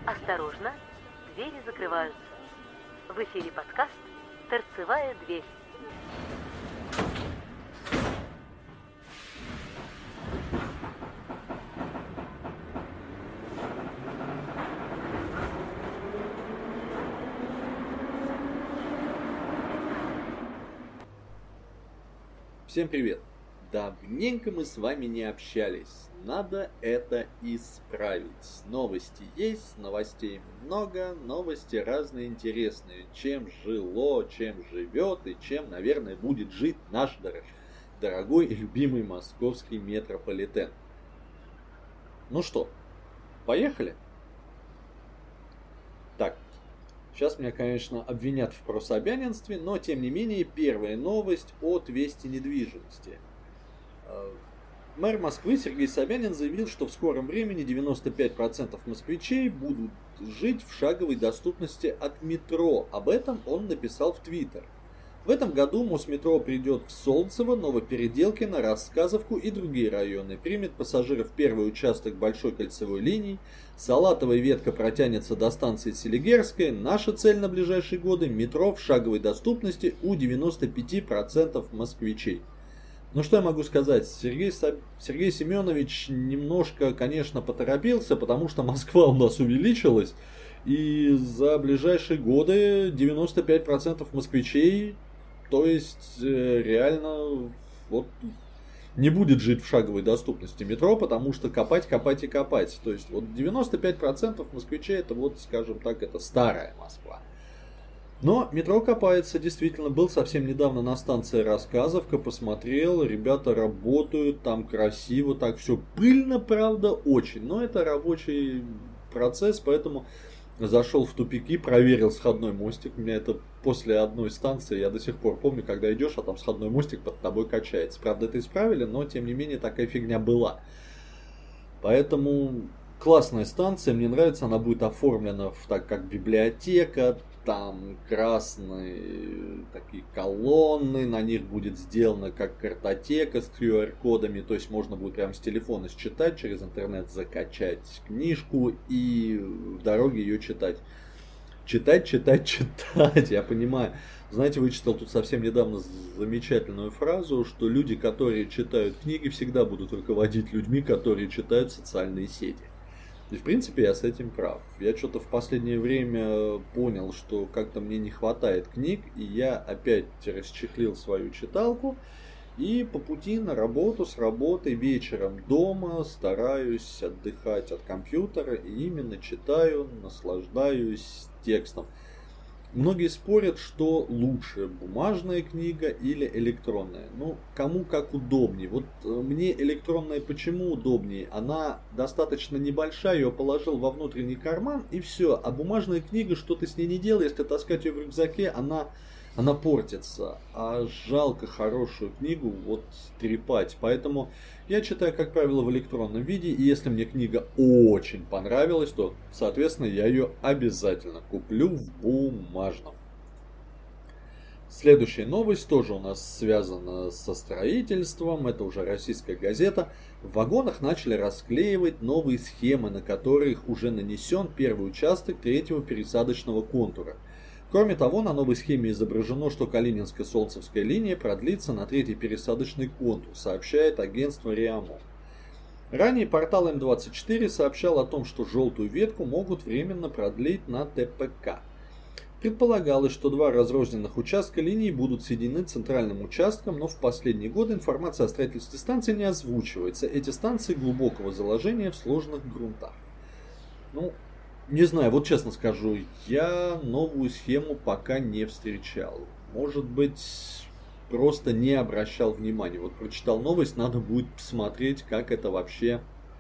Осторожно, двери закрываются. В эфире подкаст «Торцевая дверь». Всем привет! Давненько мы с вами не общались. Надо это исправить. Новости есть, новостей много, новости разные интересные. Чем жило, чем живет и чем, наверное, будет жить наш дорогой и любимый московский метрополитен. Ну что, поехали? Так. Сейчас меня, конечно, обвинят в прособянинстве, но, тем не менее, первая новость от Вести недвижимости. Мэр Москвы Сергей Собянин заявил, что в скором времени 95% москвичей будут жить в шаговой доступности от метро. Об этом он написал в Твиттер. В этом году Мосметро придет в Солнцево, Новопеределкино, Рассказовку и другие районы. Примет пассажиров первый участок большой кольцевой линии. Салатовая ветка протянется до станции Селигерская. Наша цель на ближайшие годы – метро в шаговой доступности у 95% москвичей. Ну что я могу сказать? Сергей Семенович немножко, конечно, поторопился, потому что Москва у нас увеличилась. И за ближайшие годы 95% москвичей... То есть реально вот не будет жить в шаговой доступности метро, потому что копать. То есть вот 95% москвичей это вот, скажем так, это старая Москва. Но метро копается, действительно, был совсем недавно на станции Рассказовка, посмотрел, ребята работают, там красиво, так все пыльно, правда, очень, но это рабочий процесс, поэтому... Зашел в тупики, проверил сходной мостик. У меня это после одной станции, я до сих пор помню, когда идешь, а там сходной мостик под тобой качается. Правда, это исправили, но тем не менее такая фигня была. Поэтому классная станция, мне нравится, она будет оформлена так как библиотека. Там красные такие колонны, на них будет сделана как картотека с QR-кодами, то есть можно будет прямо с телефона считать, через интернет закачать книжку и в дороге ее читать. Читать, я понимаю. Знаете, вычитал тут совсем недавно замечательную фразу, что люди, которые читают книги, всегда будут руководить людьми, которые читают социальные сети. И в принципе я с этим прав. Я что-то в последнее время понял, что как-то мне не хватает книг, и я опять расчехлил свою читалку. И по пути на работу, с работы, вечером дома стараюсь отдыхать от компьютера и именно читаю, наслаждаюсь текстом. Многие спорят, что лучше, бумажная книга или электронная. Ну, кому как удобнее. Вот мне электронная почему удобнее? Она достаточно небольшая, ее положил во внутренний карман и все. А бумажная книга, что ты с ней не делаешь, если таскать ее в рюкзаке, она портится. А жалко хорошую книгу вот трепать. Поэтому я читаю, как правило, в электронном виде. И если мне книга очень понравилась, то, соответственно, я ее обязательно куплю в бумажном. Следующая новость тоже у нас связана со строительством. Это уже российская газета. В вагонах начали расклеивать новые схемы, на которых уже нанесен первый участок третьего пересадочного контура. Кроме того, на новой схеме изображено, что Калининско-Солнцевская линия продлится на третий пересадочный контур, сообщает агентство РИАМО. Ранее портал М24 сообщал о том, что желтую ветку могут временно продлить на ТПК. Предполагалось, что два разрозненных участка линии будут соединены центральным участком, но в последние годы информация о строительстве станции не озвучивается. Эти станции глубокого заложения в сложных грунтах. Не знаю, вот честно скажу, я новую схему пока не встречал. Может быть, просто не обращал внимания. Вот прочитал новость, надо будет посмотреть, как это вообще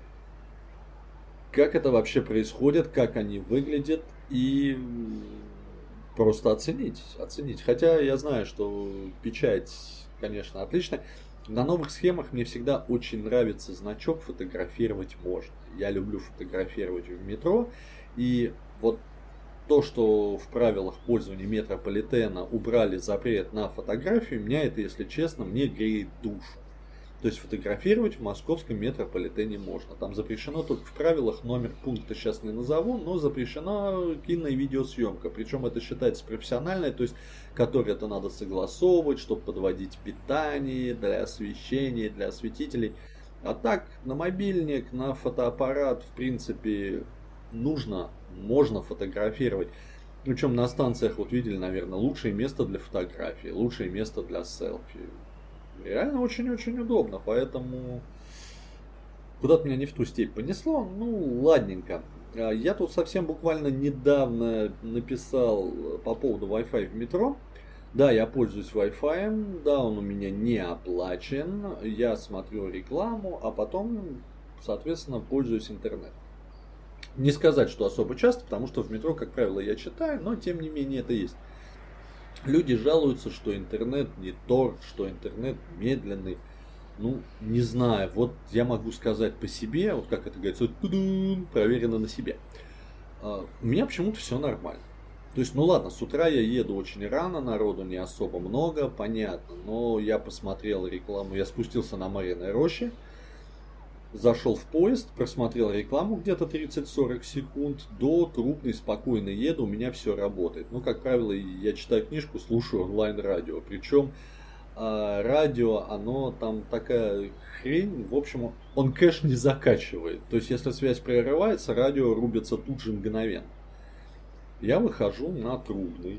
происходит, как они выглядят и просто оценить. Хотя я знаю, что печать, конечно, отличная. На новых схемах мне всегда очень нравится значок «Фотографировать можно». Я люблю фотографировать в метро. И вот то, что в правилах пользования метрополитена убрали запрет на фотографию, меня это, если честно, мне греет душу. То есть фотографировать в московском метрополитене можно. Там запрещено только в правилах, номер пункта сейчас не назову, но запрещена кино- и видеосъемка. Причем это считается профессиональной, то есть которой это надо согласовывать, чтобы подводить питание, для освещения, для осветителей. А так, на мобильник, на фотоаппарат, в принципе, можно фотографировать. Причем на станциях, вот видели, наверное, лучшее место для фотографии, лучшее место для селфи. Реально очень-очень удобно, поэтому куда-то меня не в ту степь понесло, ну ладненько. Я тут совсем буквально недавно написал по поводу Wi-Fi в метро. Да, я пользуюсь Wi-Fi, да, он у меня не оплачен, я смотрю рекламу, а потом, соответственно, пользуюсь интернетом. Не сказать, что особо часто, потому что в метро, как правило, я читаю, но тем не менее это есть. Люди жалуются, что интернет не торт, что интернет медленный. Ну, не знаю, вот я могу сказать по себе, вот как это говорится, проверено на себе. У меня почему-то все нормально. То есть, ну ладно, с утра я еду очень рано, народу не особо много, понятно. Но я посмотрел рекламу, я спустился на Мариной роще, зашел в поезд, просмотрел рекламу где-то 30-40 секунд, до трупной спокойно еду, у меня все работает. Ну, как правило, я читаю книжку, слушаю онлайн-радио. Причем радио, оно там такая хрень, в общем, он кэш не закачивает. То есть, если связь прерывается, радио рубится тут же мгновенно. Я выхожу на Трубный,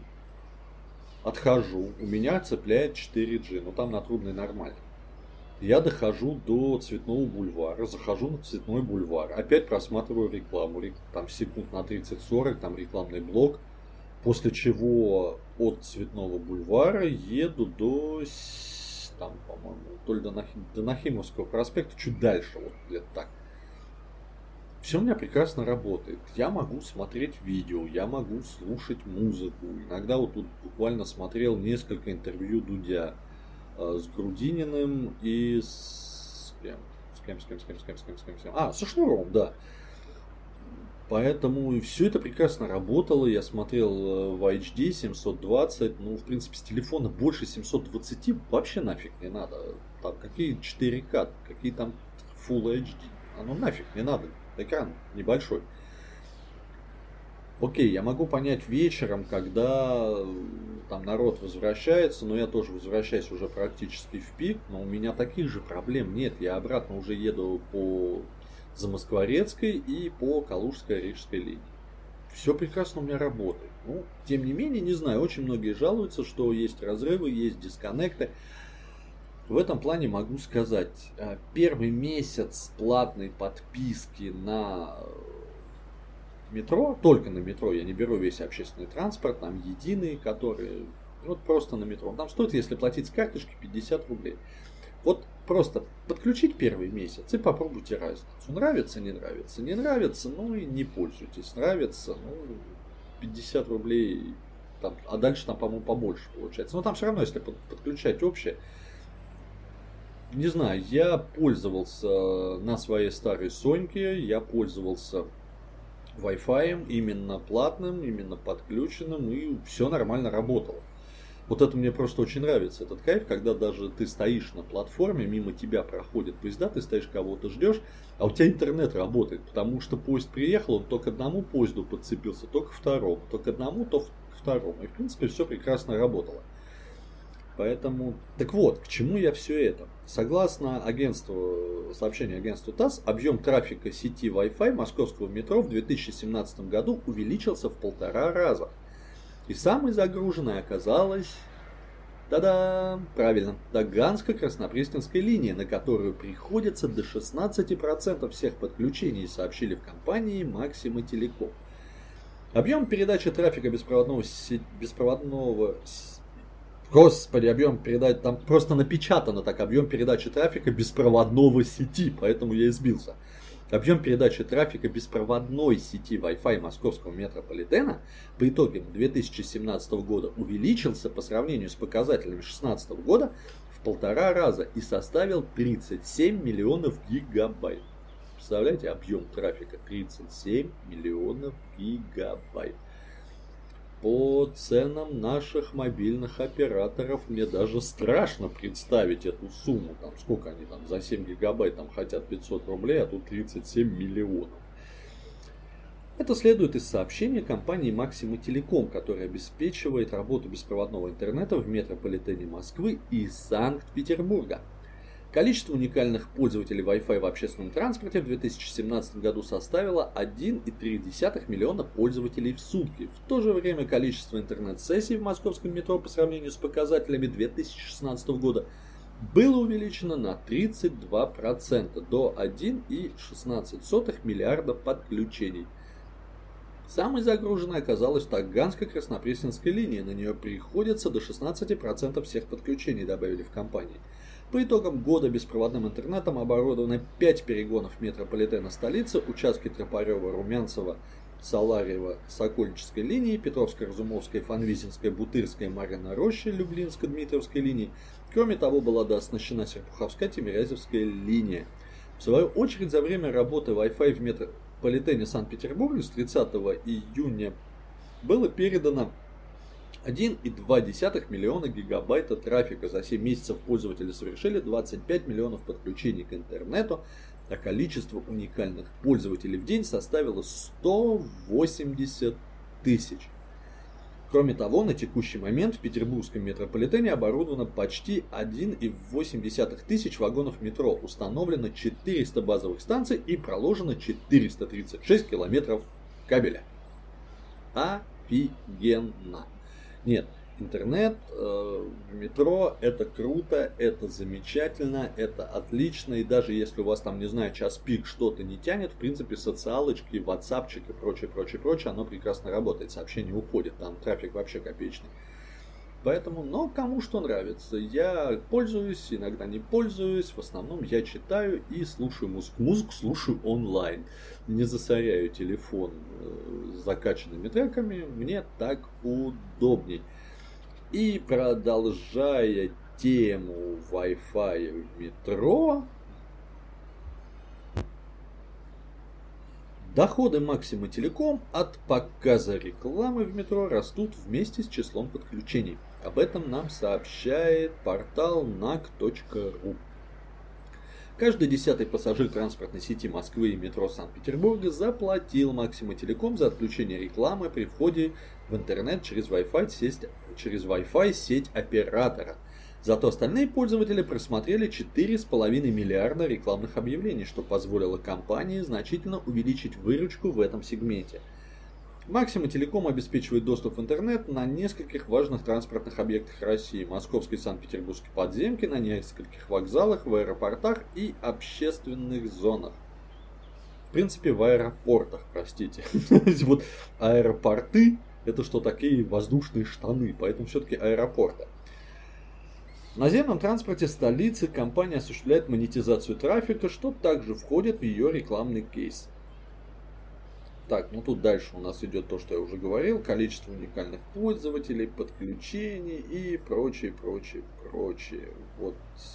отхожу, у меня цепляет 4G, но там на Трубный нормально. Я дохожу до Цветного бульвара, захожу на Цветной бульвар, опять просматриваю рекламу, там секунд на 30-40, там рекламный блок, после чего от Цветного бульвара еду до, там, по-моему, то ли до Нахимовского проспекта, чуть дальше, вот где-то так. Все у меня прекрасно работает. Я могу смотреть видео, я могу слушать музыку. Иногда вот тут буквально смотрел несколько интервью Дудя с Грудининым и с кем? Со Шнуровым, да. Поэтому все это прекрасно работало. Я смотрел в HD 720. Ну, в принципе, с телефона больше 720 вообще нафиг не надо. Там какие 4К, какие там Full HD. Оно нафиг не надо. Экран небольшой. Окей, я могу понять вечером, когда там народ возвращается, но я тоже возвращаюсь уже практически в пик, но у меня таких же проблем нет. Я обратно уже еду по Замоскворецкой и по Калужско-Рижской линии. Все прекрасно у меня работает. Ну, тем не менее, не знаю, очень многие жалуются, что есть разрывы, есть дисконнекты. В этом плане могу сказать, первый месяц платной подписки на метро, только на метро, я не беру весь общественный транспорт, там единый, который, вот просто на метро. Там стоит, если платить с карточки, 50 рублей. Вот просто подключить первый месяц и попробуйте разницу. Нравится, не нравится. Не нравится, ну и не пользуйтесь. Нравится, ну 50 рублей, там, а дальше там, по-моему, побольше получается. Но там все равно, если подключать общее. Не знаю, я пользовался на своей старой Соньке, я пользовался Wi-Fi именно платным, именно подключенным, и все нормально работало. Вот это мне просто очень нравится, этот кайф, когда даже ты стоишь на платформе, мимо тебя проходят поезда, ты стоишь, кого-то ждешь, а у тебя интернет работает, потому что поезд приехал, он то к одному поезду подцепился, то к второму, то к одному, то к второму. И в принципе все прекрасно работало. Поэтому, так вот, к чему я все это? Согласно сообщению агентства ТАСС, объем трафика сети Wi-Fi московского метро в 2017 году увеличился в 1,5 раза. И самой загруженной оказалась, правильно, Таганско-Краснопресненская линия, на которую приходится до 16% всех подключений, сообщили в компании Максима Телеком. Объем передачи трафика объем передачи, там просто напечатано так, объем передачи трафика беспроводного сети, поэтому я и сбился. Объем передачи трафика беспроводной сети Wi-Fi московского метрополитена по итогам 2017 года увеличился по сравнению с показателями 2016 года в 1,5 раза и составил 37 миллионов гигабайт. Представляете, объем трафика 37 миллионов гигабайт. по ценам наших мобильных операторов мне даже страшно представить эту сумму. Там сколько они там за 7 гигабайт там хотят 500 рублей, а тут 37 миллионов. Это следует из сообщения компании Maxima Telecom, которая обеспечивает работу беспроводного интернета в метрополитене Москвы и Санкт-Петербурга. Количество уникальных пользователей Wi-Fi в общественном транспорте в 2017 году составило 1,3 миллиона пользователей в сутки. В то же время количество интернет-сессий в московском метро по сравнению с показателями 2016 года было увеличено на 32% до 1,16 миллиарда подключений. Самой загруженной оказалась Таганско-Краснопресненская линия. На нее приходится до 16% всех подключений, добавили в компании. По итогам года беспроводным интернетом оборудованы 5 перегонов метрополитена столицы, участки Тропарева, Румянцева, Саларьева, Сокольнической линии, Петровско-Разумовской, Фанвизинской, Бутырской, Марьино Рощи, Люблинско-Дмитровской линии. Кроме того, была дооснащена Серпуховская, Тимирязевская линия. В свою очередь, за время работы Wi-Fi в метрополитене Санкт-Петербурга с 30 июня было передано 1,2 миллиона гигабайта трафика. За 7 месяцев пользователи совершили 25 миллионов подключений к интернету, а количество уникальных пользователей в день составило 180 тысяч. Кроме того, на текущий момент в петербургском метрополитене оборудовано почти 1,8 тысяч вагонов метро, установлено 400 базовых станций и проложено 436 километров кабеля. Офигенно! Нет, интернет в метро это круто, это замечательно, это отлично. И даже если у вас там, не знаю, час пик что-то не тянет, в принципе, социалочки, ватсапчик и прочее, оно прекрасно работает. Сообщения уходят, там трафик вообще копеечный. Поэтому, но кому что нравится. Я пользуюсь, иногда не пользуюсь. В основном я читаю и слушаю музыку. Музыку слушаю онлайн. Не засоряю телефон закачанными треками. Мне так удобней. И продолжая тему Wi-Fi в метро, доходы Maxima Telecom от показа рекламы в метро растут вместе с числом подключений. Об этом нам сообщает портал nac.ru. Каждый 10-й пассажир транспортной сети Москвы и метро Санкт-Петербурга заплатил Maxima Telecom за отключение рекламы при входе в интернет через Wi-Fi сеть оператора. Зато остальные пользователи просмотрели 4,5 миллиарда рекламных объявлений, что позволило компании значительно увеличить выручку в этом сегменте. Maxima Telecom обеспечивает доступ в интернет на нескольких важных транспортных объектах России: Московской и Санкт-Петербургской подземке, на нескольких вокзалах, в аэропортах и общественных зонах. В принципе, в аэропортах, простите. Вот аэропорты это что, такие воздушные штаны, поэтому все-таки аэропорты. В наземном транспорте столицы компания осуществляет монетизацию трафика, что также входит в ее рекламный кейс. Так, ну тут дальше у нас идет то, что я уже говорил. Количество уникальных пользователей, подключений и прочее. Вот.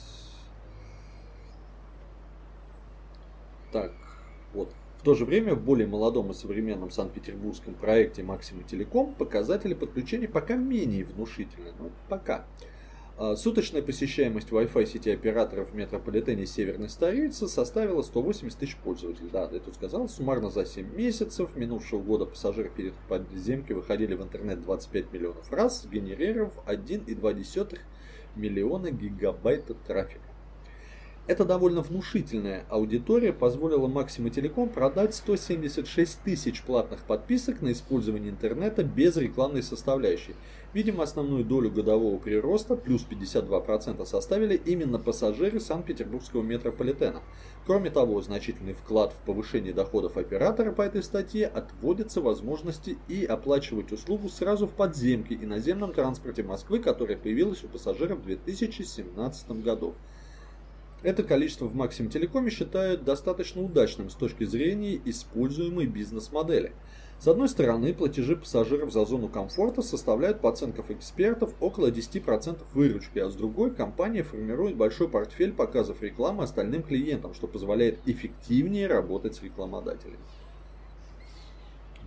Так, вот. В то же время в более молодом и современном санкт-петербургском проекте Maxima Telecom показатели подключений пока менее внушительны. Но это пока. Суточная посещаемость Wi-Fi сети операторов в метрополитене Северной столицы составила 180 тысяч пользователей. Да, я тут сказал, суммарно за 7 месяцев минувшего года пассажиры перед подземки выходили в интернет 25 миллионов раз, сгенерировав 1,2 миллиона гигабайта трафика. Эта довольно внушительная аудитория позволила Maxima Telecom продать 176 тысяч платных подписок на использование интернета без рекламной составляющей. Видимо, основную долю годового прироста, плюс 52%, составили именно пассажиры Санкт-Петербургского метрополитена. Кроме того, значительный вклад в повышение доходов оператора по этой статье отводятся возможности и оплачивать услугу сразу в подземке и наземном транспорте Москвы, которая появилась у пассажиров в 2017 году. Это количество в Maxima Telecom считают достаточно удачным с точки зрения используемой бизнес-модели. С одной стороны, платежи пассажиров за зону комфорта составляют, по оценкам экспертов, около 10% выручки, а с другой, компания формирует большой портфель показов рекламы остальным клиентам, что позволяет эффективнее работать с рекламодателями.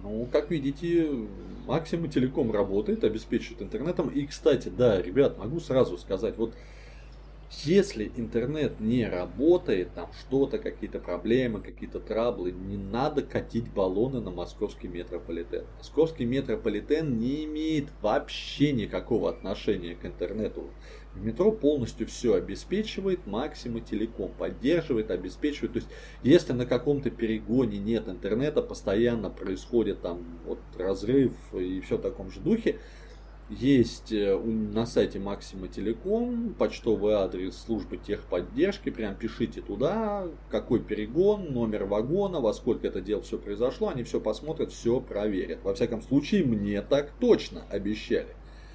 Ну, как видите, Максима Телеком работает, обеспечивает интернетом. И, кстати, да, ребят, могу сразу сказать, вот если интернет не работает, там что-то, какие-то проблемы, какие-то траблы, не надо катить баллоны на московский метрополитен. Московский метрополитен не имеет вообще никакого отношения к интернету. В метро полностью все обеспечивает, Максима Телеком поддерживает, обеспечивает. То есть, если на каком-то перегоне нет интернета, постоянно происходит там вот разрыв и все в таком же духе, есть на сайте Максима Телеком почтовый адрес службы техподдержки. Прям пишите туда, какой перегон, номер вагона, во сколько это дело все произошло. Они все посмотрят, все проверят. Во всяком случае, мне так точно обещали.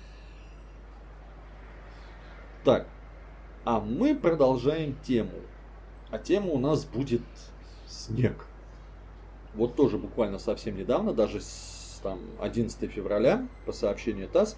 Так, а мы продолжаем тему. А тема у нас будет снег. Вот тоже буквально совсем недавно, даже там 11 февраля, по сообщению ТАСС,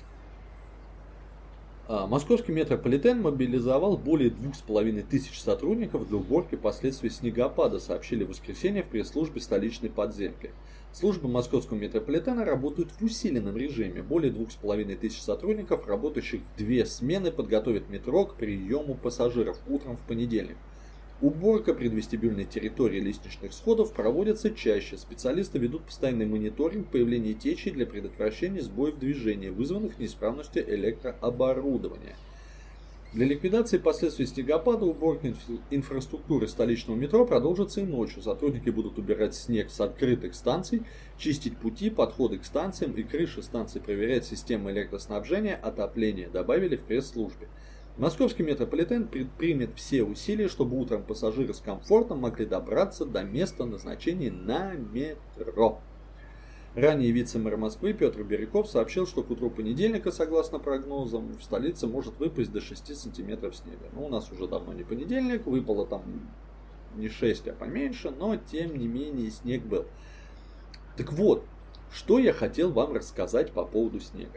московский метрополитен мобилизовал более 2500 сотрудников для уборки последствий снегопада, сообщили в воскресенье в пресс-службе столичной подземки. Службы московского метрополитена работают в усиленном режиме. Более 2500 сотрудников, работающих в 2 смены, подготовят метро к приему пассажиров утром в понедельник. Уборка предвестибюльной территории лестничных сходов проводится чаще. Специалисты ведут постоянный мониторинг появления течей для предотвращения сбоев движения, вызванных неисправностью электрооборудования. Для ликвидации последствий снегопада уборка инфраструктуры столичного метро продолжится и ночью. Сотрудники будут убирать снег с открытых станций, чистить пути, подходы к станциям и крыши станций, проверять системы электроснабжения, отопления, добавили в пресс-службе. Московский метрополитен предпримет все усилия, чтобы утром пассажиры с комфортом могли добраться до места назначения на метро. Ранее вице-мэр Москвы Петр Бирюков сообщил, что к утру понедельника, согласно прогнозам, в столице может выпасть до 6 сантиметров снега. Ну, у нас уже давно не понедельник, выпало там не 6, а поменьше, но тем не менее снег был. Так вот, что я хотел вам рассказать по поводу снега.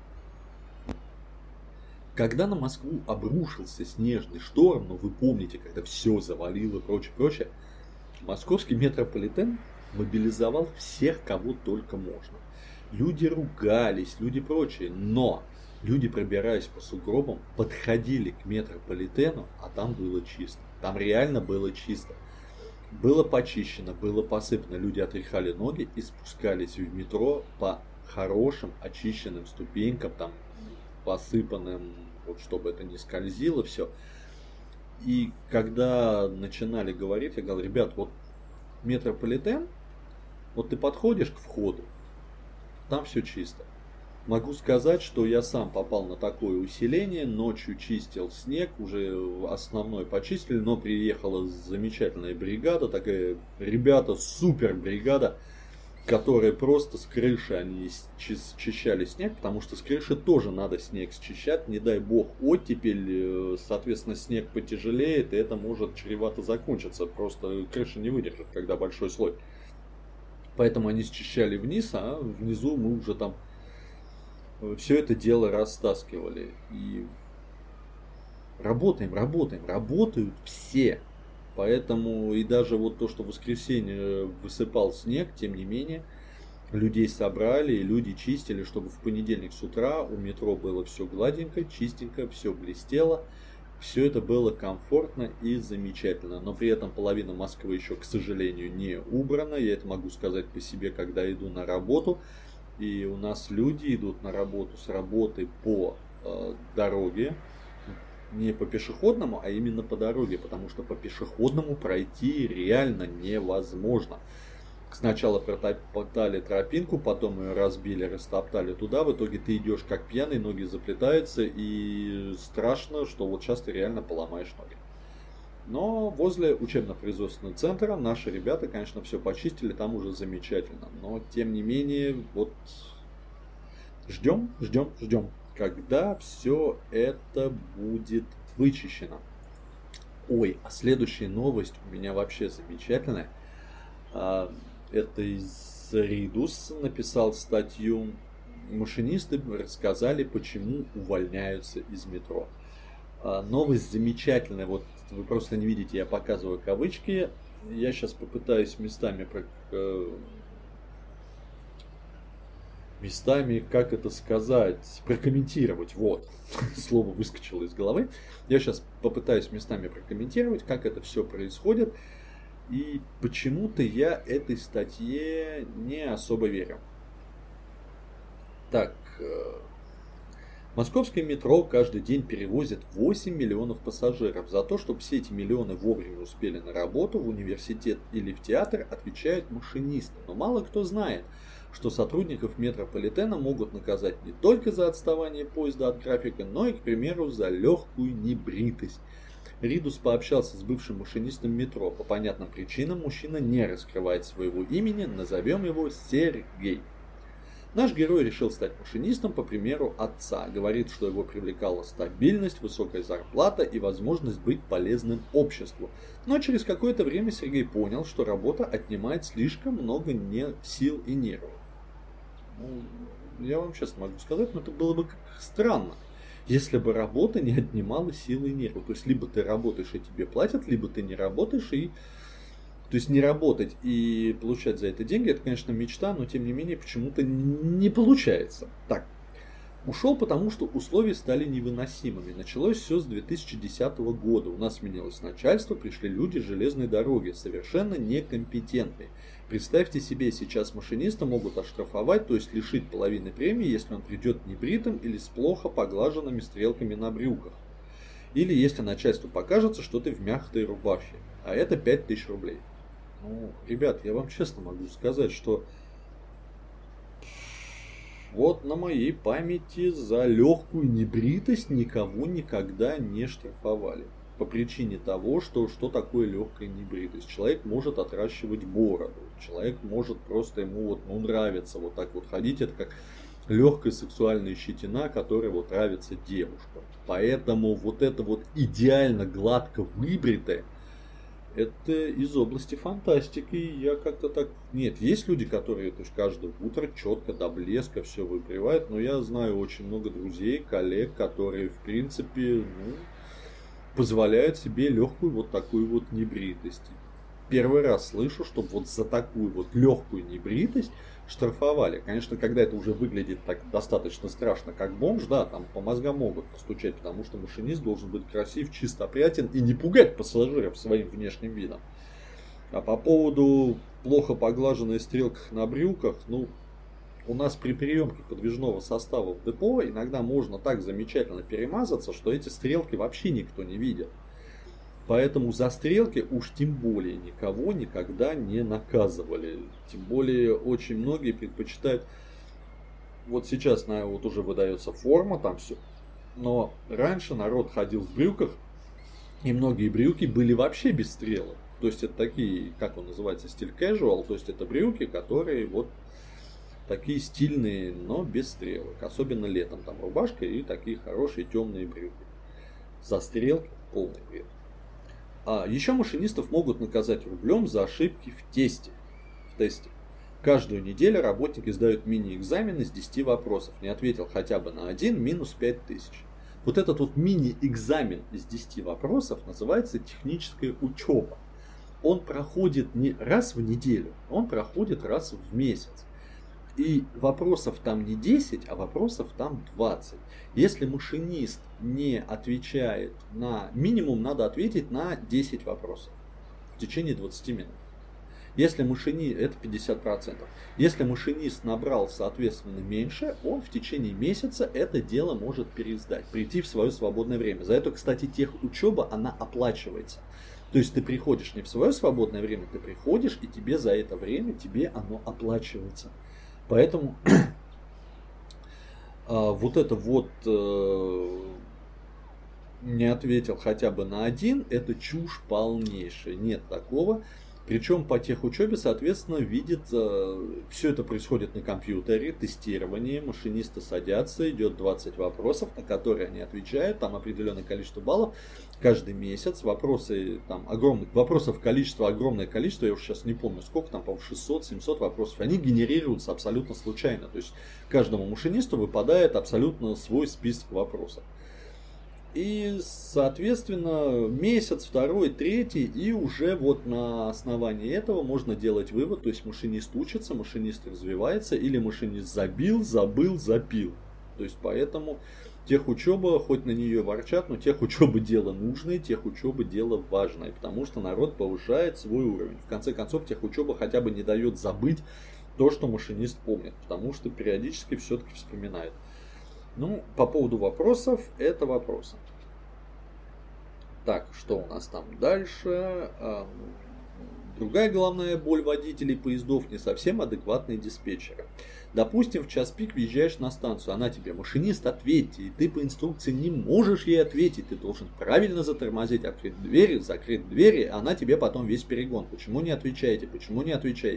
Когда на Москву обрушился снежный шторм, ну вы помните, когда все завалило и прочее, московский метрополитен мобилизовал всех, кого только можно. Люди ругались, люди прочее, но люди, пробираясь по сугробам, подходили к метрополитену, а там было чисто. Там реально было чисто. Было почищено, было посыпано, люди отряхали ноги и спускались в метро по хорошим очищенным ступенькам, там посыпанным, вот, чтобы это не скользило все. И когда начинали говорить, я говорил, ребят, вот метрополитен, вот ты подходишь к входу, там все чисто. Могу сказать, что я сам попал на такое усиление, ночью чистил снег, уже основной почистили, но приехала замечательная бригада, такая, ребята, супер бригада, которые просто с крыши они счищали снег, потому что с крыши тоже надо снег счищать, не дай бог оттепель, соответственно снег потяжелеет, и это может чревато закончиться, просто крыша не выдержит, когда большой слой. Поэтому они счищали вниз, а внизу мы уже там все это дело растаскивали. И работают все. Поэтому и даже вот то, что в воскресенье высыпал снег, тем не менее, людей собрали, и люди чистили, чтобы в понедельник с утра у метро было все гладенько, чистенько, все блестело. Все это было комфортно и замечательно. Но при этом половина Москвы еще, к сожалению, не убрана. Я это могу сказать по себе, когда иду на работу. И у нас люди идут на работу с работы по дороге. Не по пешеходному, а именно по дороге, потому что по пешеходному пройти реально невозможно. Сначала протоптали тропинку, потом ее разбили, растоптали туда, в итоге ты идешь как пьяный, ноги заплетаются, и страшно, что вот сейчас ты реально поломаешь ноги. Но возле учебно-производственного центра наши ребята, конечно, все почистили, там уже замечательно. Но тем не менее, вот ждем. Когда все это будет вычищено. Ой, а следующая новость у меня вообще замечательная. Это из Ридус написал статью. Машинисты рассказали, почему увольняются из метро. Новость замечательная. Вот вы просто не видите, я показываю кавычки. Я сейчас попытаюсь местами местами, как это сказать, прокомментировать. Вот, слово выскочило из головы. Я сейчас попытаюсь местами прокомментировать, как это все происходит. И почему-то я этой статье не особо верю. Так, московское метро каждый день перевозит 8 миллионов пассажиров. За то, чтобы все эти миллионы вовремя успели на работу, в университет или в театр, отвечают машинисты. Но мало кто знает, что сотрудников метрополитена могут наказать не только за отставание поезда от графика, но и, к примеру, за легкую небритость. Ридус пообщался с бывшим машинистом метро. По понятным причинам мужчина не раскрывает своего имени, назовем его Сергей. Наш герой решил стать машинистом по примеру отца. Говорит, что его привлекала стабильность, высокая зарплата и возможность быть полезным обществу. Но через какое-то время Сергей понял, что работа отнимает слишком много сил и нервов. Я вам честно могу сказать, но это было бы странно, если бы работа не отнимала силы и нервы. То есть, либо ты работаешь и тебе платят, либо ты не работаешь и... То есть, не работать и получать за это деньги, это, конечно, мечта, но, тем не менее, почему-то не получается. Так, ушел, потому что условия стали невыносимыми. Началось все с 2010 года. У нас сменилось начальство, пришли люди с железной дороги, совершенно некомпетентные. Представьте себе, сейчас машиниста могут оштрафовать, то есть лишить половины премии, если он придет небритым или с плохо поглаженными стрелками на брюках. Или если начальству покажется, что ты в мягкой рубахе. А это 5000 рублей. Ребят, я вам честно могу сказать, что вот на моей памяти за легкую небритость никого никогда не штрафовали. По причине того, что такое легкая небритость. Человек может отращивать бороду. Человек может просто ему нравится вот так вот ходить. Это как легкая сексуальная щетина, которая нравится девушкам. Поэтому вот это вот идеально гладко выбритое, это из области фантастики. Я как-то так... Нет, есть люди, которые каждое утро четко до блеска все выбривают. Но я знаю очень много друзей, коллег, которые в принципе... позволяют себе легкую такую небритость. Первый раз слышу, что за такую легкую небритость штрафовали. Конечно, когда это уже выглядит так достаточно страшно, как бомж, да, там по мозгам могут постучать, потому что машинист должен быть красив, чисто опрятен и не пугать пассажиров своим внешним видом. А по поводу плохо поглаженной стрелки на брюках, у нас при приемке подвижного состава в депо иногда можно так замечательно перемазаться, что эти стрелки вообще никто не видит. Поэтому за стрелки уж тем более никого никогда не наказывали. Тем более очень многие предпочитают... Вот сейчас уже выдается форма, там все. Но раньше народ ходил в брюках, и многие брюки были вообще без стрелок. То есть это такие, как он называется, стиль casual, то есть это брюки, которые такие стильные, но без стрелок. Особенно летом. Там рубашка и такие хорошие темные брюки. За стрелки полный бред. А еще машинистов могут наказать рублем за ошибки в тесте. Каждую неделю работники сдают мини-экзамены с 10 вопросов. Не ответил хотя бы на один, минус 5000. Вот этот мини-экзамен из 10 вопросов называется техническая учеба. Он проходит не раз в неделю, он проходит раз в месяц. И вопросов там не 10, а вопросов там 20. Если машинист не отвечает на... Минимум надо ответить на 10 вопросов в течение 20 минут. Если машинист... Это 50%. Если машинист набрал, соответственно, меньше, он в течение месяца это дело может пересдать. Прийти в свое свободное время. За это, кстати, техучеба, она оплачивается. То есть ты приходишь не в свое свободное время, ты приходишь, и тебе за это время оно оплачивается. Поэтому не ответил хотя бы на один, это чушь полнейшая. Нет такого. Причем по техучебе, соответственно, все это происходит на компьютере, тестирование, машинисты садятся, идет 20 вопросов, на которые они отвечают, там определенное количество баллов. Каждый месяц вопросов огромное количество, я уже сейчас не помню сколько, там, по-моему, 600-700 вопросов, они генерируются абсолютно случайно. То есть каждому машинисту выпадает абсолютно свой список вопросов. И, соответственно, месяц, второй, третий, и уже вот на основании этого можно делать вывод, то есть машинист учится, машинист развивается, или машинист забил, забыл, запил. То есть поэтому техучеба, хоть на нее ворчат, но техучеба дело нужное, техучеба дело важное, потому что народ повышает свой уровень. В конце концов, техучеба хотя бы не дает забыть то, что машинист помнит, потому что периодически все-таки вспоминает. Ну, по поводу вопросов, это вопросы. Так, что у нас там дальше? Другая головная боль водителей поездов — не совсем адекватные диспетчеры. Допустим, в час пик въезжаешь на станцию, она тебе: машинист, ответьте, и ты по инструкции не можешь ей ответить. Ты должен правильно затормозить, открыть двери, закрыть двери, она тебе потом весь перегон. Почему не отвечаете? Почему не отвечаете?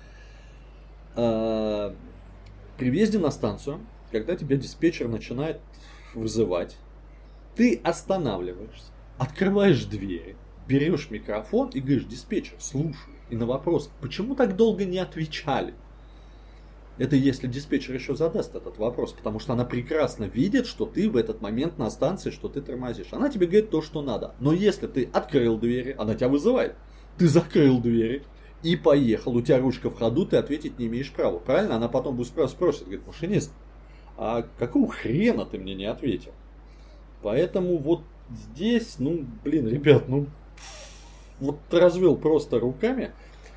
При въезде на станцию, когда тебя диспетчер начинает вызывать, ты останавливаешься, открываешь двери, берешь микрофон и говоришь: диспетчер, слушаю. И на вопрос: почему так долго не отвечали? Это если диспетчер еще задаст этот вопрос, потому что она прекрасно видит, что ты в этот момент на станции, что ты тормозишь. Она тебе говорит то, что надо. Но если ты открыл двери, она тебя вызывает. Ты закрыл двери и поехал, у тебя ручка в ходу, ты ответить не имеешь права. Правильно? Она потом будет спросит, говорит: машинист, а какого хрена ты мне не ответил? Поэтому вот здесь, ребят, вот развел просто руками.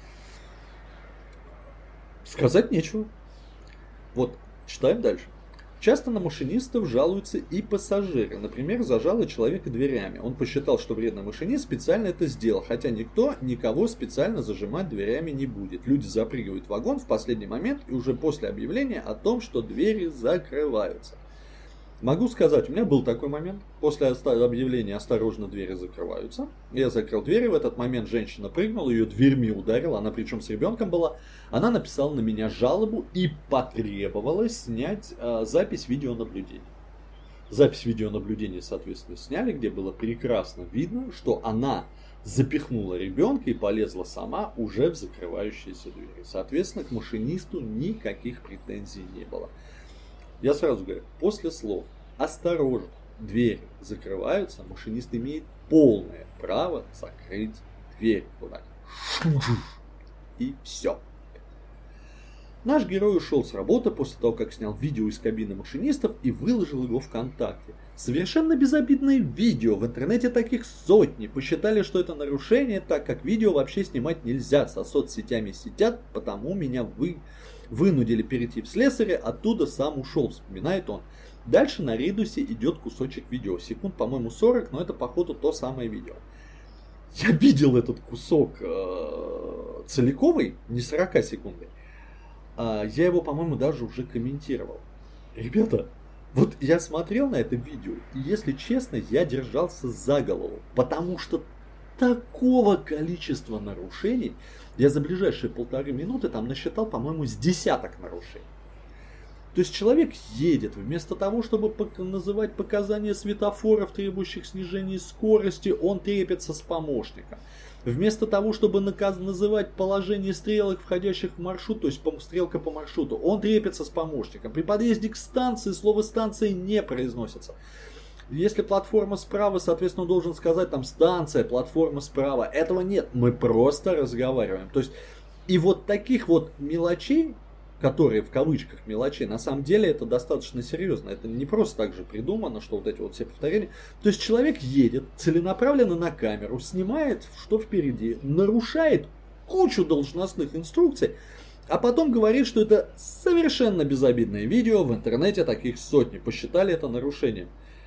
Сказать нечего. Вот, читаем дальше. Часто на машинистов жалуются и пассажиры. Например, зажало человека дверями. Он посчитал, что вредный машинист специально это сделал, хотя никто никого специально зажимать дверями не будет. Люди запрыгивают в вагон в последний момент и уже после объявления о том, что двери закрываются. Могу сказать, у меня был такой момент. После объявления «осторожно, двери закрываются». Я закрыл двери, в этот момент женщина прыгнула, ее дверьми ударила, она причем с ребенком была. Она написала на меня жалобу и потребовала снять запись видеонаблюдения. Запись видеонаблюдения, соответственно, сняли, где было прекрасно видно, что она запихнула ребенка и полезла сама уже в закрывающиеся двери. Соответственно, к машинисту никаких претензий не было. Я сразу говорю, после слов «осторожно, двери закрываются», машинист имеет полное право закрыть дверь. Вот так. И все. Наш герой ушел с работы после того, как снял видео из кабины машинистов и выложил его ВКонтакте. Совершенно безобидное видео, в интернете таких сотни. Посчитали, что это нарушение, так как видео вообще снимать нельзя. Со соцсетями сидят, потому меня вынудили перейти в слесаря, оттуда сам ушел, вспоминает он. Дальше на редусе идет кусочек видео. Секунд, по-моему, 40, но это, походу, то самое видео. Я видел этот кусок целиковый, не 40 секундный. Я его, по-моему, даже уже комментировал. Ребята, вот я смотрел на это видео, и, если честно, я держался за голову. Потому что такого количества нарушений, я за ближайшие 1,5 минуты там насчитал, по-моему, с десяток нарушений. То есть человек едет, вместо того, чтобы называть показания светофоров, требующих снижения скорости, он трепется с помощника. Вместо того, чтобы называть положение стрелок, входящих в маршрут, то есть стрелка по маршруту, он трепется с помощником. При подъезде к станции слово «станция» не произносится. Если платформа справа, соответственно, он должен сказать там «станция, платформа справа». Этого нет, мы просто разговариваем. То есть, и вот таких вот мелочей, которые в кавычках мелочей, на самом деле это достаточно серьезно. Это не просто так же придумано, что вот эти вот все повторения. То есть человек едет целенаправленно на камеру, снимает, что впереди, нарушает кучу должностных инструкций, а потом говорит, что это совершенно безобидное видео, в интернете таких сотни, посчитали это нарушением.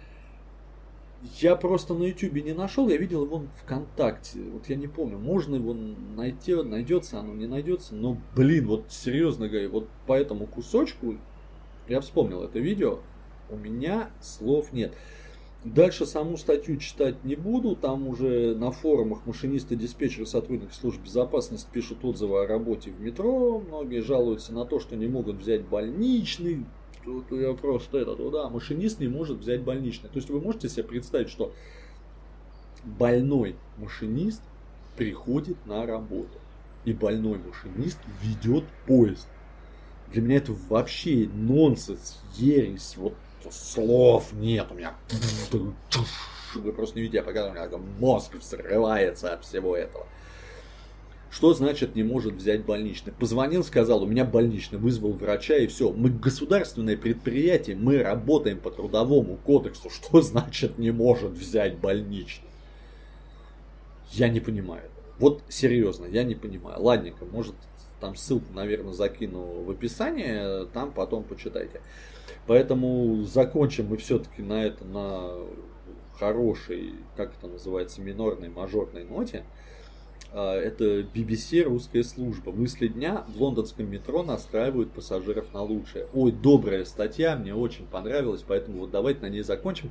Я просто на ютубе не нашел, я видел его ВКонтакте. Вот я не помню, можно его найти, найдется оно, не найдется. Но, вот серьезно говорю, вот по этому кусочку, я вспомнил это видео, у меня слов нет. Дальше саму статью читать не буду, там уже на форумах машинисты, диспетчеры, сотрудники служб безопасности пишут отзывы о работе в метро. Многие жалуются на то, что не могут взять больничный. Тут я просто машинист не может взять больничный. То есть вы можете себе представить, что больной машинист приходит на работу, и больной машинист ведет поезд. Для меня это вообще нонсенс, ересь, вот просто слов нет, у меня... Вы просто не видите, пока у меня мозг взрывается от всего этого. Что значит не может взять больничный? Позвонил, сказал, у меня больничный, вызвал врача и все. Мы государственное предприятие, мы работаем по трудовому кодексу. Что значит не может взять больничный? Я не понимаю. Вот серьезно, я не понимаю. Ладненько, может там ссылку, наверное, закину в описании, там потом почитайте. Поэтому закончим мы все-таки на хорошей, как это называется, минорной, мажорной ноте. Это BBC, русская служба. Мысли дня: в лондонском метро настраивают пассажиров на лучшее. Ой, добрая статья, мне очень понравилась, поэтому вот давайте на ней закончим.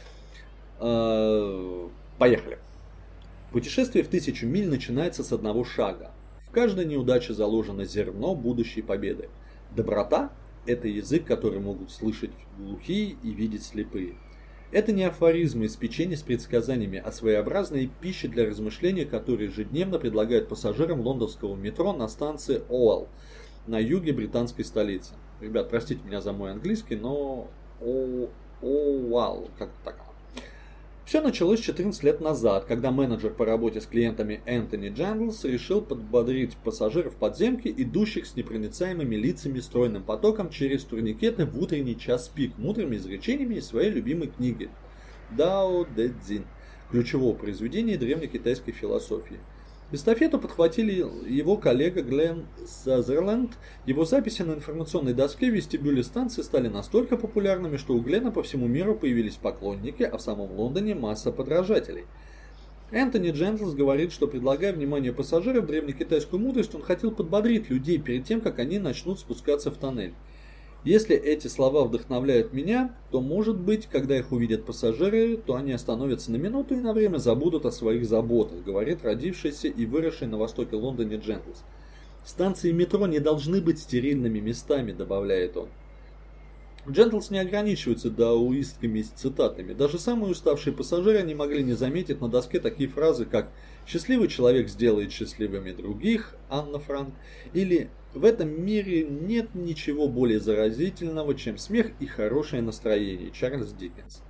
Поехали. Путешествие в 1000 миль начинается с одного шага. В каждой неудаче заложено зерно будущей победы. Доброта – это язык, который могут слышать глухие и видеть слепые. Это не афоризмы из печенья с предсказаниями, а своеобразная пища для размышления, которые ежедневно предлагают пассажирам лондонского метро на станции Оуэлл на юге британской столицы. Ребят, простите меня за мой английский, но Оуэлл, как-то так. Все началось 14 лет назад, когда менеджер по работе с клиентами Энтони Джендлс решил подбодрить пассажиров подземки, идущих с непроницаемыми лицами стройным потоком через турникеты в утренний час пик, мудрыми изречениями из своей любимой книги Дао Дэ Цзин, ключевого произведения древнекитайской философии. Эстафету подхватили его коллега Глен Сазерленд. Его записи на информационной доске в вестибюле станции стали настолько популярными, что у Глена по всему миру появились поклонники, а в самом Лондоне масса подражателей. Энтони Джентлс говорит, что, предлагая вниманию пассажиров древнекитайскую мудрость, он хотел подбодрить людей перед тем, как они начнут спускаться в тоннель. Если эти слова вдохновляют меня, то, может быть, когда их увидят пассажиры, то они остановятся на минуту и на время забудут о своих заботах, говорит родившийся и выросший на востоке Лондона Джентлс. Станции метро не должны быть стерильными местами, добавляет он. Джентлс не ограничивается даоистскими цитатами. Даже самые уставшие пассажиры не могли не заметить на доске такие фразы, как «Счастливый человек сделает счастливыми других» Анна Франк или «В этом мире нет ничего более заразительного, чем смех и хорошее настроение» Чарльз Диккенс.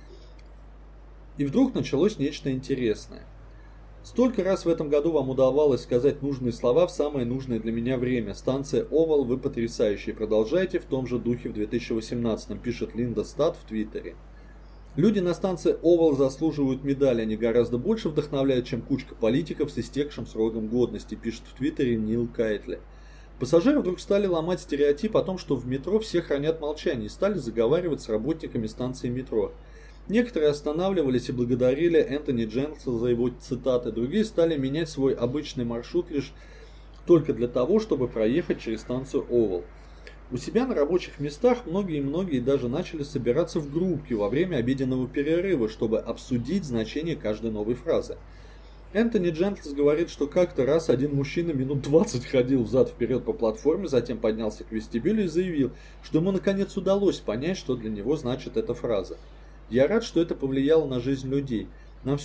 И вдруг началось нечто интересное. Столько раз в этом году вам удавалось сказать нужные слова в самое нужное для меня время. Станция Оуэлл, вы потрясающие. Продолжайте в том же духе в 2018, пишет Линда Стат в Твиттере. Люди на станции Оуэлл заслуживают медали, они гораздо больше вдохновляют, чем кучка политиков с истекшим сроком годности, пишет в Твиттере Нил Кайтли. Пассажиры вдруг стали ломать стереотип о том, что в метро все хранят молчание, и стали заговаривать с работниками станции метро. Некоторые останавливались и благодарили Энтони Джентлса за его цитаты, другие стали менять свой обычный маршрут лишь только для того, чтобы проехать через станцию Оуэлл. У себя на рабочих местах многие даже начали собираться в группки во время обеденного перерыва, чтобы обсудить значение каждой новой фразы. Энтони Джентлс говорит, что как-то раз один мужчина минут 20 ходил взад-вперед по платформе, затем поднялся к вестибюлю и заявил, что ему наконец удалось понять, что для него значит эта фраза. Я рад, что это повлияло на жизнь людей. Нам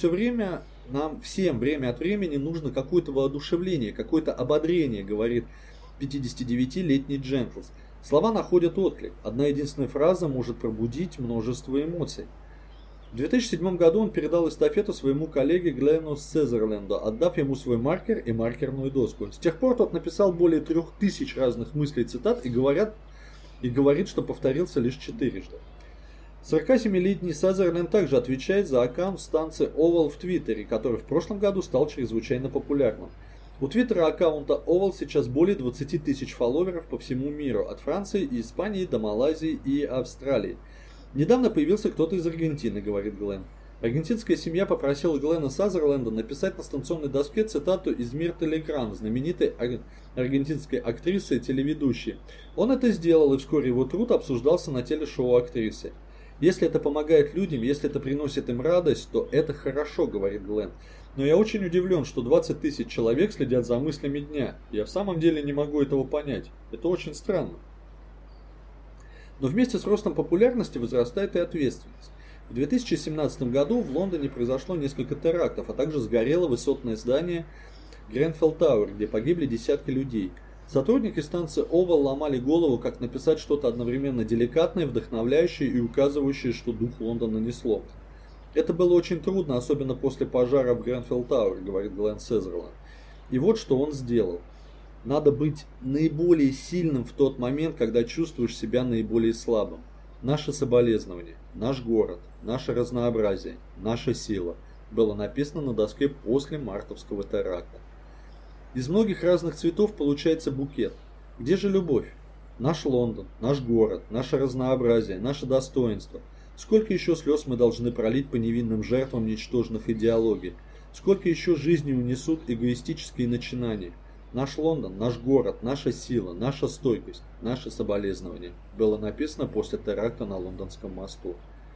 всем время от времени нужно какое-то воодушевление, какое-то ободрение, говорит 59-летний Джентлс. Слова находят отклик. Одна единственная фраза может пробудить множество эмоций. В 2007 году он передал эстафету своему коллеге Глену Сазерленду, отдав ему свой маркер и маркерную доску. С тех пор тот написал более 3000 разных мыслей и цитат и говорит, что повторился лишь 4. 47-летний Сазерленд также отвечает за аккаунт станции Оуэлл в Твиттере, который в прошлом году стал чрезвычайно популярным. У твиттера аккаунта Оуэлл сейчас более 20 тысяч фолловеров по всему миру, от Франции и Испании до Малайзии и Австралии. Недавно появился кто-то из Аргентины, говорит Глен. Аргентинская семья попросила Глена Сазерленда написать на станционной доске цитату из Мирты Легран, знаменитой аргентинской актрисы и телеведущей. Он это сделал, и вскоре его труд обсуждался на телешоу актрисы. Если это помогает людям, если это приносит им радость, то это хорошо, говорит Глен. Но я очень удивлен, что 20 тысяч человек следят за мыслями дня. Я в самом деле не могу этого понять. Это очень странно. Но вместе с ростом популярности возрастает и ответственность. В 2017 году в Лондоне произошло несколько терактов, а также сгорело высотное здание Гренфелл Тауэр, где погибли десятки людей. Сотрудники станции Овал ломали голову, как написать что-то одновременно деликатное, вдохновляющее и указывающее, что дух Лондона не сломлен. Это было очень трудно, особенно после пожара в Гренфелл Тауэр, говорит Глен Сезерленд. И вот что он сделал. Надо быть наиболее сильным в тот момент, когда чувствуешь себя наиболее слабым. Наше соболезнование, наш город, наше разнообразие, наша сила было написано на доске после мартовского теракта. Из многих разных цветов получается букет. Где же любовь? Наш Лондон, наш город, наше разнообразие, наше достоинство. Сколько еще слез мы должны пролить по невинным жертвам ничтожных идеологий? Сколько еще жизней унесут эгоистические начинания? Наш Лондон, наш город, наша сила, наша стойкость, наше соболезнование было написано после теракта на Лондонском мосту.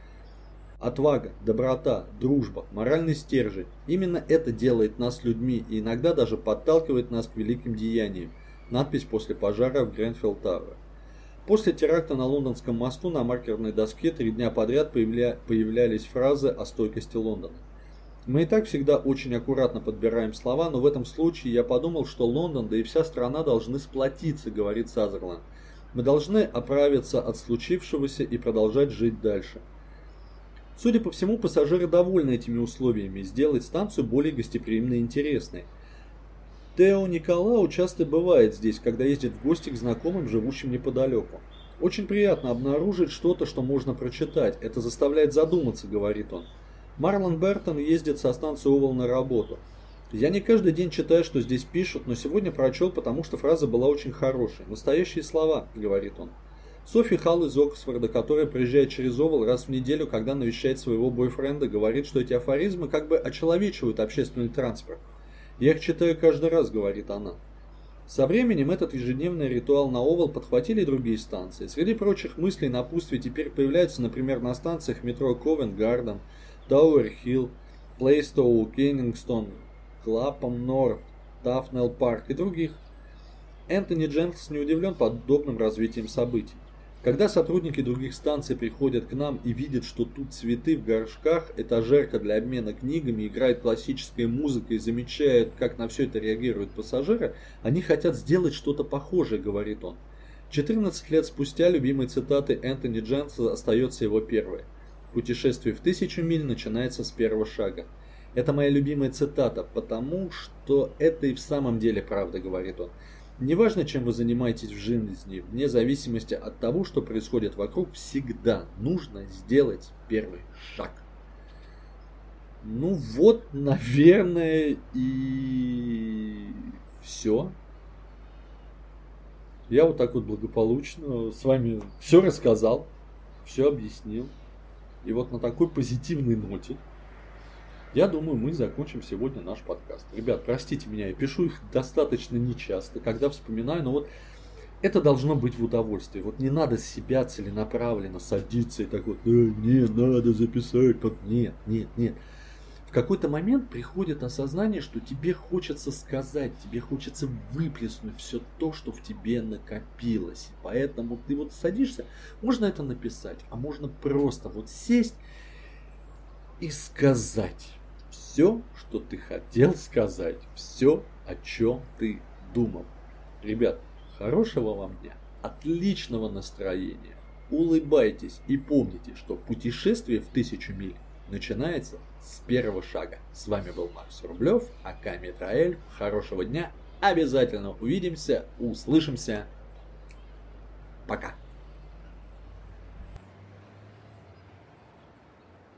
Отвага, доброта, дружба, моральный стержень – именно это делает нас людьми и иногда даже подталкивает нас к великим деяниям. Надпись после пожара в Гренфелл Тауэр. После теракта на Лондонском мосту на маркерной доске 3 дня подряд появлялись фразы о стойкости Лондона. Мы и так всегда очень аккуратно подбираем слова, но в этом случае я подумал, что Лондон, да и вся страна должны сплотиться, говорит Сазерленд. Мы должны оправиться от случившегося и продолжать жить дальше. Судя по всему, пассажиры довольны этими условиями, сделать станцию более гостеприимной и интересной. Тео Николау часто бывает здесь, когда ездит в гости к знакомым, живущим неподалеку. Очень приятно обнаружить что-то, что можно прочитать. Это заставляет задуматься, говорит он. Марлон Бертон ездит со станции Овал на работу. Я не каждый день читаю, что здесь пишут, но сегодня прочел, потому что фраза была очень хорошей. Настоящие слова, говорит он. Софи Халл из Оксфорда, которая приезжает через Овал раз в неделю, когда навещает своего бойфренда, говорит, что эти афоризмы как бы очеловечивают общественный транспорт. Я их читаю каждый раз, говорит она. Со временем этот ежедневный ритуал на Овал подхватили и другие станции. Среди прочих мыслей напутствий теперь появляются, например, на станциях метро Ковент-Гарден, Тауэр-Хилл, Плейстоу, Кеннингстон, Клапам-Норт, Тафнелл-Парк и других. Энтони Дженкинс не удивлен подобным развитием событий. Когда сотрудники других станций приходят к нам и видят, что тут цветы в горшках, этажерка для обмена книгами, играет классическая музыка и замечают, как на все это реагируют пассажиры, они хотят сделать что-то похожее, говорит он. 14 лет спустя любимой цитатой Энтони Дженкинса остается его первой. Путешествие в 1000 миль начинается с первого шага. Это моя любимая цитата, потому что это и в самом деле правда, говорит он. Неважно, чем вы занимаетесь в жизни, вне зависимости от того, что происходит вокруг, всегда нужно сделать первый шаг. Ну вот, наверное, и все. Я вот так вот благополучно с вами все рассказал, все объяснил. И вот на такой позитивной ноте, я думаю, мы закончим сегодня наш подкаст. Ребят, простите меня, я пишу их достаточно нечасто, когда вспоминаю, но вот это должно быть в удовольствие. Вот не надо себя целенаправленно садиться и так вот, не надо записать. Нет. В какой-то момент приходит осознание, что тебе хочется сказать, тебе хочется выплеснуть все то, что в тебе накопилось. Поэтому ты вот садишься, можно это написать, а можно просто вот сесть и сказать. Все, что ты хотел сказать, все, о чем ты думал. Ребят, хорошего вам дня, отличного настроения, улыбайтесь и помните, что путешествие в 1000 миль начинается с первого шага. С вами был Макс Рублев, АК Метроэльф. Хорошего дня, обязательно увидимся, услышимся. Пока.